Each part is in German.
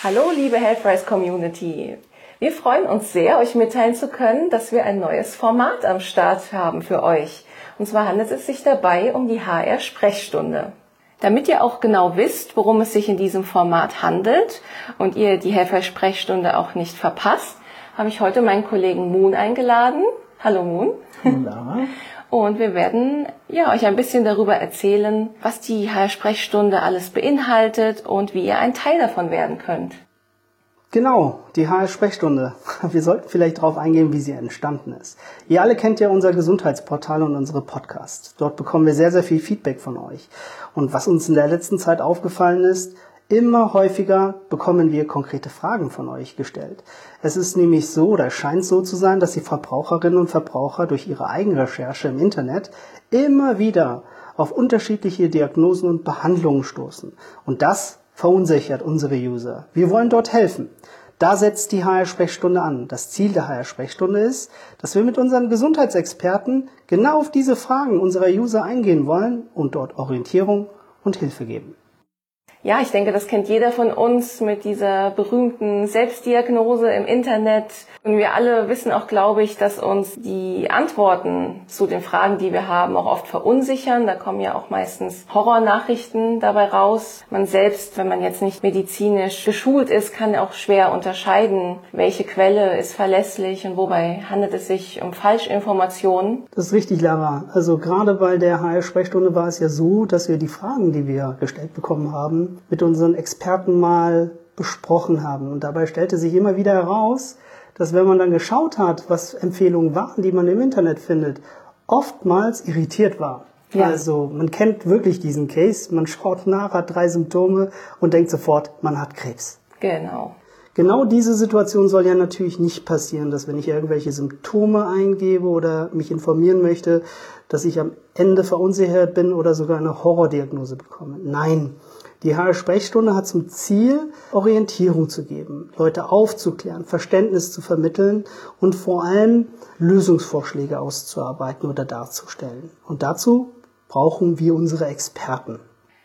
Hallo liebe Healthrise Community. Wir freuen uns sehr, euch mitteilen zu können, dass wir ein neues Format am Start haben für euch. Und zwar handelt es sich dabei um die HR-Sprechstunde. Damit ihr auch genau wisst, worum es sich in diesem Format handelt und ihr die Healthrise-Sprechstunde auch nicht verpasst, habe ich heute meinen Kollegen Moon eingeladen. Hallo Moon. Ja. Und wir werden euch ein bisschen darüber erzählen, was die HR-Sprechstunde alles beinhaltet und wie ihr ein Teil davon werden könnt. Genau, die HR-Sprechstunde. Wir sollten vielleicht darauf eingehen, wie sie entstanden ist. Ihr alle kennt ja unser Gesundheitsportal und unsere Podcasts. Dort bekommen wir sehr, sehr viel Feedback von euch. Und was uns in der letzten Zeit aufgefallen ist, immer häufiger bekommen wir konkrete Fragen von euch gestellt. Es ist nämlich so, oder es scheint so zu sein, dass die Verbraucherinnen und Verbraucher durch ihre Eigenrecherche im Internet immer wieder auf unterschiedliche Diagnosen und Behandlungen stoßen. Und das verunsichert unsere User. Wir wollen dort helfen. Da setzt die HR-Sprechstunde an. Das Ziel der HR-Sprechstunde ist, dass wir mit unseren Gesundheitsexperten genau auf diese Fragen unserer User eingehen wollen und dort Orientierung und Hilfe geben. Ja, ich denke, das kennt jeder von uns mit dieser berühmten Selbstdiagnose im Internet. Und wir alle wissen auch, glaube ich, dass uns die Antworten zu den Fragen, die wir haben, auch oft verunsichern. Da kommen ja auch meistens Horrornachrichten dabei raus. Man selbst, wenn man jetzt nicht medizinisch geschult ist, kann auch schwer unterscheiden, welche Quelle ist verlässlich und wobei handelt es sich um Falschinformationen. Das ist richtig, Lara. Also gerade bei der HR-Sprechstunde war es ja so, dass wir die Fragen, die wir gestellt bekommen haben, mit unseren Experten mal besprochen haben. Und dabei stellte sich immer wieder heraus, dass wenn man dann geschaut hat, was Empfehlungen waren, die man im Internet findet, oftmals irritiert war. Ja. Also man kennt wirklich diesen Case, man schaut nach, hat 3 Symptome und denkt sofort, man hat Krebs. Genau. Genau diese Situation soll ja natürlich nicht passieren, dass wenn ich irgendwelche Symptome eingebe oder mich informieren möchte, dass ich am Ende verunsichert bin oder sogar eine Horrordiagnose bekomme. Nein. Die HR-Sprechstunde hat zum Ziel, Orientierung zu geben, Leute aufzuklären, Verständnis zu vermitteln und vor allem Lösungsvorschläge auszuarbeiten oder darzustellen. Und dazu brauchen wir unsere Experten.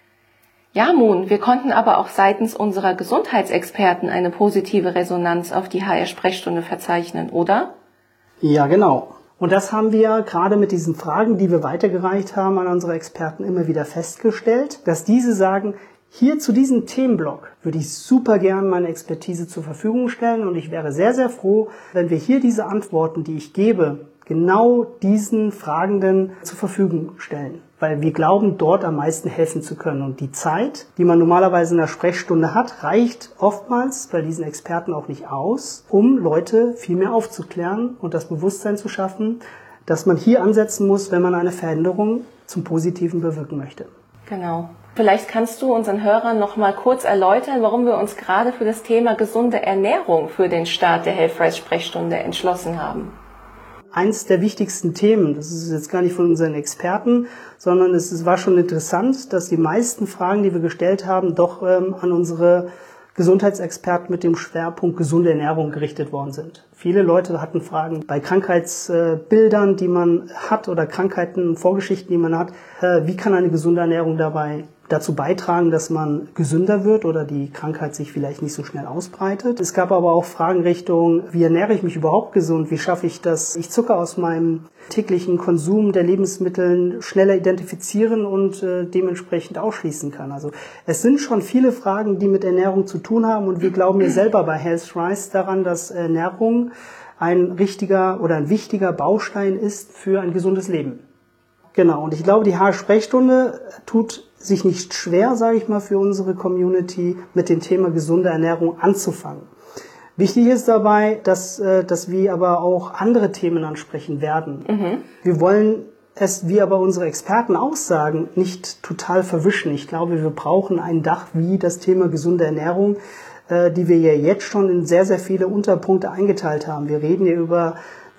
Ja, Moon, wir konnten aber auch seitens unserer Gesundheitsexperten eine positive Resonanz auf die HR-Sprechstunde verzeichnen, oder? Ja, genau. Und das haben wir gerade mit diesen Fragen, die wir weitergereicht haben an unsere Experten, immer wieder festgestellt, dass diese sagen, hier zu diesem Themenblock würde ich super gern meine Expertise zur Verfügung stellen und ich wäre sehr, sehr froh, wenn wir hier diese Antworten, die ich gebe, genau diesen Fragenden zur Verfügung stellen, weil wir glauben, dort am meisten helfen zu können. Und die Zeit, die man normalerweise in der Sprechstunde hat, reicht oftmals bei diesen Experten auch nicht aus, um Leute viel mehr aufzuklären und das Bewusstsein zu schaffen, dass man hier ansetzen muss, wenn man eine Veränderung zum Positiven bewirken möchte. Genau. Vielleicht kannst du unseren Hörern noch mal kurz erläutern, warum wir uns gerade für das Thema gesunde Ernährung für den Start der Healthrise-Sprechstunde entschlossen haben. Eins der wichtigsten Themen, das ist jetzt gar nicht von unseren Experten, sondern es war schon interessant, dass die meisten Fragen, die wir gestellt haben, doch an unsere Gesundheitsexperten mit dem Schwerpunkt gesunde Ernährung gerichtet worden sind. Viele Leute hatten Fragen bei Krankheitsbildern, die man hat oder Krankheiten, Vorgeschichten, die man hat. Wie kann eine gesunde Ernährung dabei dazu beitragen, dass man gesünder wird oder die Krankheit sich vielleicht nicht so schnell ausbreitet. Es gab aber auch Fragen Richtung, wie ernähre ich mich überhaupt gesund? Wie schaffe ich das, ich Zucker aus meinem täglichen Konsum der Lebensmittel schneller identifizieren und dementsprechend ausschließen kann? Also es sind schon viele Fragen, die mit Ernährung zu tun haben und wir glauben ja selber bei Healthrise daran, dass Ernährung ein richtiger oder ein wichtiger Baustein ist für ein gesundes Leben. Genau, und ich glaube, die HR-Sprechstunde tut sich nicht schwer, sage ich mal, für unsere Community mit dem Thema gesunde Ernährung anzufangen. Wichtig ist dabei, dass wir aber auch andere Themen ansprechen werden. Wir wollen es, wie aber unsere Experten auch sagen, nicht total verwischen. Ich glaube, wir brauchen ein Dach wie das Thema gesunde Ernährung, die wir ja jetzt schon in sehr, sehr viele Unterpunkte eingeteilt haben. Wir reden ja über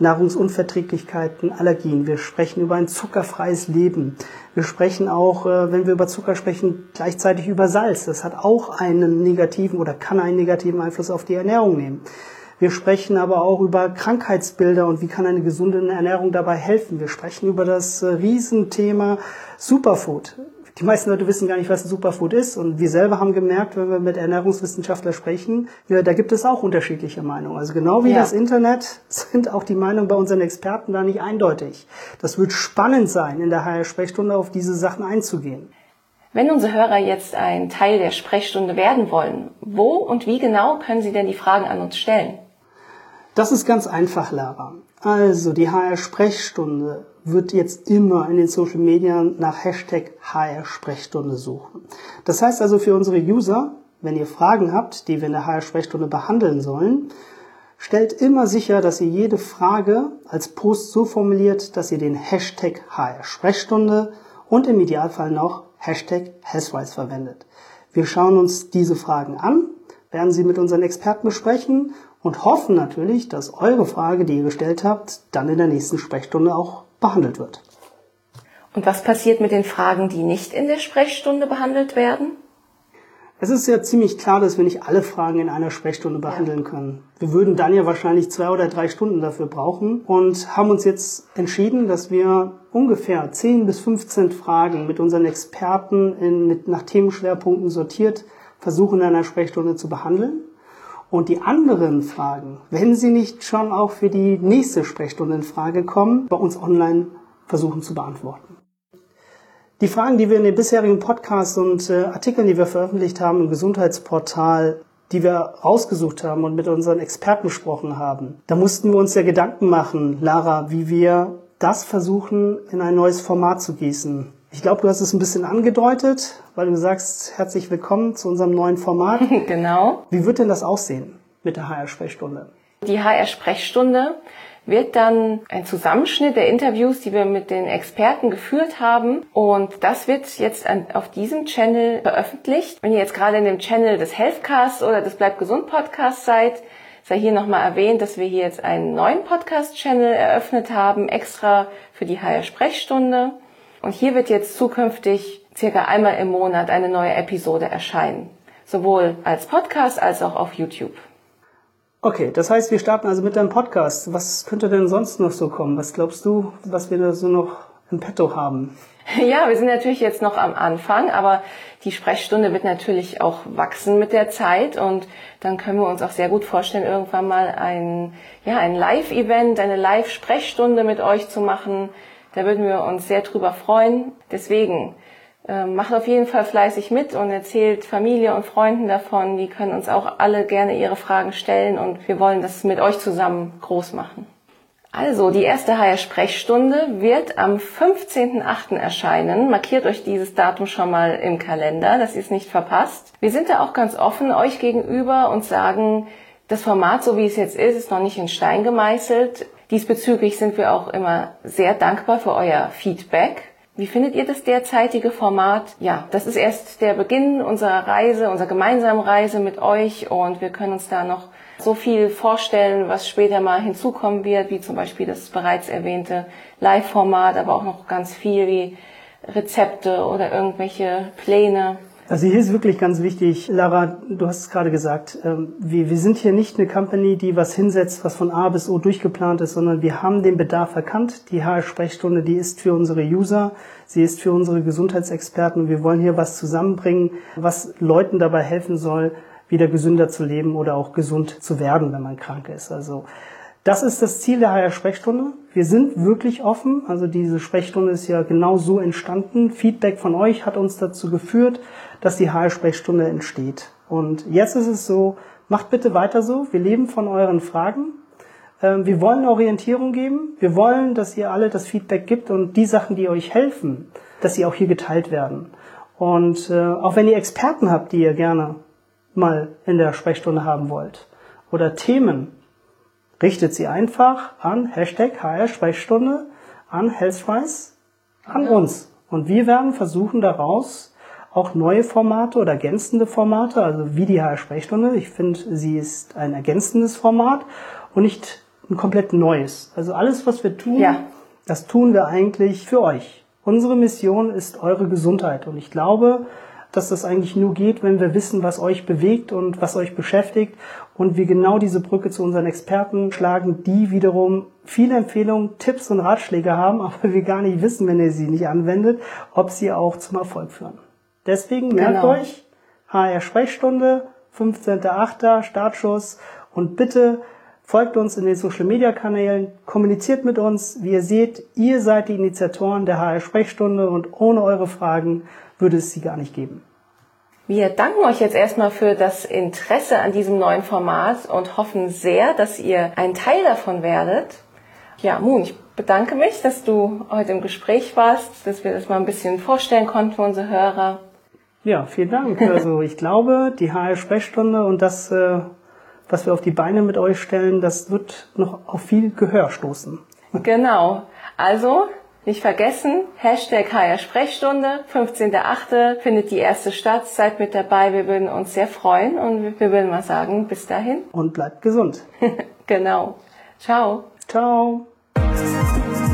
Nahrungsunverträglichkeiten, Allergien. Wir sprechen über ein zuckerfreies Leben. Wir sprechen auch, wenn wir über Zucker sprechen, gleichzeitig über Salz. Das hat auch einen negativen oder kann einen negativen Einfluss auf die Ernährung nehmen. Wir sprechen aber auch über Krankheitsbilder und wie kann eine gesunde Ernährung dabei helfen. Wir sprechen über das Riesenthema Superfood. Die meisten Leute wissen gar nicht, was ein Superfood ist. Und wir selber haben gemerkt, wenn wir mit Ernährungswissenschaftlern sprechen, ja, da gibt es auch unterschiedliche Meinungen. Also genau wie das Internet sind auch die Meinungen bei unseren Experten da nicht eindeutig. Das wird spannend sein, in der HR-Sprechstunde auf diese Sachen einzugehen. Wenn unsere Hörer jetzt ein Teil der Sprechstunde werden wollen, wo und wie genau können sie denn die Fragen an uns stellen? Das ist ganz einfach, Lara. Also die HR-Sprechstunde wird jetzt immer in den Social Media nach Hashtag HR-Sprechstunde suchen. Das heißt also für unsere User, wenn ihr Fragen habt, die wir in der HR-Sprechstunde behandeln sollen, stellt immer sicher, dass ihr jede Frage als Post so formuliert, dass ihr den Hashtag HR-Sprechstunde und im Idealfall noch Hashtag Healthwise verwendet. Wir schauen uns diese Fragen an, werden sie mit unseren Experten besprechen und hoffen natürlich, dass eure Frage, die ihr gestellt habt, dann in der nächsten Sprechstunde auch behandelt wird. Und was passiert mit den Fragen, die nicht in der Sprechstunde behandelt werden? Es ist ja ziemlich klar, dass wir nicht alle Fragen in einer Sprechstunde behandeln können. Wir würden dann ja wahrscheinlich 2 oder 3 Stunden dafür brauchen und haben uns jetzt entschieden, dass wir ungefähr 10 bis 15 Fragen mit unseren Experten nach Themenschwerpunkten sortiert versuchen in einer Sprechstunde zu behandeln. Und die anderen Fragen, wenn sie nicht schon auch für die nächste Sprechstunde in Frage kommen, bei uns online versuchen zu beantworten. Die Fragen, die wir in den bisherigen Podcasts und Artikeln, die wir veröffentlicht haben im Gesundheitsportal, die wir rausgesucht haben und mit unseren Experten besprochen haben, da mussten wir uns ja Gedanken machen, Lara, wie wir das versuchen, in ein neues Format zu gießen. Ich glaube, du hast es ein bisschen angedeutet, weil du sagst, herzlich willkommen zu unserem neuen Format. Genau. Wie wird denn das aussehen mit der HR-Sprechstunde? Die HR-Sprechstunde wird dann ein Zusammenschnitt der Interviews, die wir mit den Experten geführt haben. Und das wird jetzt auf diesem Channel veröffentlicht. Wenn ihr jetzt gerade in dem Channel des Healthcast oder des Bleib Gesund Podcast seid, sei hier nochmal erwähnt, dass wir hier jetzt einen neuen Podcast-Channel eröffnet haben, extra für die HR-Sprechstunde. Und hier wird jetzt zukünftig circa einmal im Monat eine neue Episode erscheinen. Sowohl als Podcast als auch auf YouTube. Okay, das heißt, wir starten also mit deinem Podcast. Was könnte denn sonst noch so kommen? Was glaubst du, was wir da so noch im Petto haben? Ja, wir sind natürlich jetzt noch am Anfang, aber die Sprechstunde wird natürlich auch wachsen mit der Zeit und dann können wir uns auch sehr gut vorstellen, irgendwann mal ein Live-Event, eine Live-Sprechstunde mit euch zu machen. Da würden wir uns sehr drüber freuen. Deswegen macht auf jeden Fall fleißig mit und erzählt Familie und Freunden davon. Die können uns auch alle gerne ihre Fragen stellen und wir wollen das mit euch zusammen groß machen. Also, die erste HR-Sprechstunde wird am 15.08. erscheinen. Markiert euch dieses Datum schon mal im Kalender, dass ihr es nicht verpasst. Wir sind da auch ganz offen euch gegenüber und sagen, das Format, so wie es jetzt ist noch nicht in Stein gemeißelt. Diesbezüglich sind wir auch immer sehr dankbar für euer Feedback. Wie findet ihr das derzeitige Format? Ja, das ist erst der Beginn unserer Reise, unserer gemeinsamen Reise mit euch und wir können uns da noch so viel vorstellen, was später mal hinzukommen wird, wie zum Beispiel das bereits erwähnte Live-Format, aber auch noch ganz viel wie Rezepte oder irgendwelche Pläne. Also hier ist wirklich ganz wichtig, Lara, du hast es gerade gesagt, wir sind hier nicht eine Company, die was hinsetzt, was von A bis O durchgeplant ist, sondern wir haben den Bedarf erkannt. Die HR-Sprechstunde, die ist für unsere User, sie ist für unsere Gesundheitsexperten. Wir wollen hier was zusammenbringen, was Leuten dabei helfen soll, wieder gesünder zu leben oder auch gesund zu werden, wenn man krank ist. Also das ist das Ziel der HR-Sprechstunde. Wir sind wirklich offen. Also diese Sprechstunde ist ja genau so entstanden. Feedback von euch hat uns dazu geführt, dass die HR-Sprechstunde entsteht. Und jetzt ist es so, macht bitte weiter so. Wir leben von euren Fragen. Wir wollen Orientierung geben. Wir wollen, dass ihr alle das Feedback gibt und die Sachen, die euch helfen, dass sie auch hier geteilt werden. Und auch wenn ihr Experten habt, die ihr gerne mal in der Sprechstunde haben wollt oder Themen, richtet sie einfach an Hashtag HR-Sprechstunde, an Healthwise, an uns. Und wir werden versuchen, daraus auch neue Formate oder ergänzende Formate, also wie die HR-Sprechstunde, ich finde, sie ist ein ergänzendes Format und nicht ein komplett neues. Also alles, was wir tun, das tun wir eigentlich für euch. Unsere Mission ist eure Gesundheit und ich glaube, dass das eigentlich nur geht, wenn wir wissen, was euch bewegt und was euch beschäftigt und wir genau diese Brücke zu unseren Experten schlagen, die wiederum viele Empfehlungen, Tipps und Ratschläge haben, aber wir gar nicht wissen, wenn ihr sie nicht anwendet, ob sie auch zum Erfolg führen. Deswegen merkt euch, HR-Sprechstunde, 15.08. Startschuss und bitte folgt uns in den Social-Media-Kanälen, kommuniziert mit uns. Wie ihr seht, ihr seid die Initiatoren der HR-Sprechstunde und ohne eure Fragen würde es sie gar nicht geben. Wir danken euch jetzt erstmal für das Interesse an diesem neuen Format und hoffen sehr, dass ihr ein Teil davon werdet. Ja, Moon, ich bedanke mich, dass du heute im Gespräch warst, dass wir das mal ein bisschen vorstellen konnten für unsere Hörer. Ja, vielen Dank. Also ich glaube, die HR-Sprechstunde und das, was wir auf die Beine mit euch stellen, das wird noch auf viel Gehör stoßen. Genau. Also nicht vergessen, #HR-Sprechstunde, 15.08. findet die erste statt. Seid mit dabei, wir würden uns sehr freuen und wir würden mal sagen, bis dahin. Und bleibt gesund. Genau. Ciao. Ciao.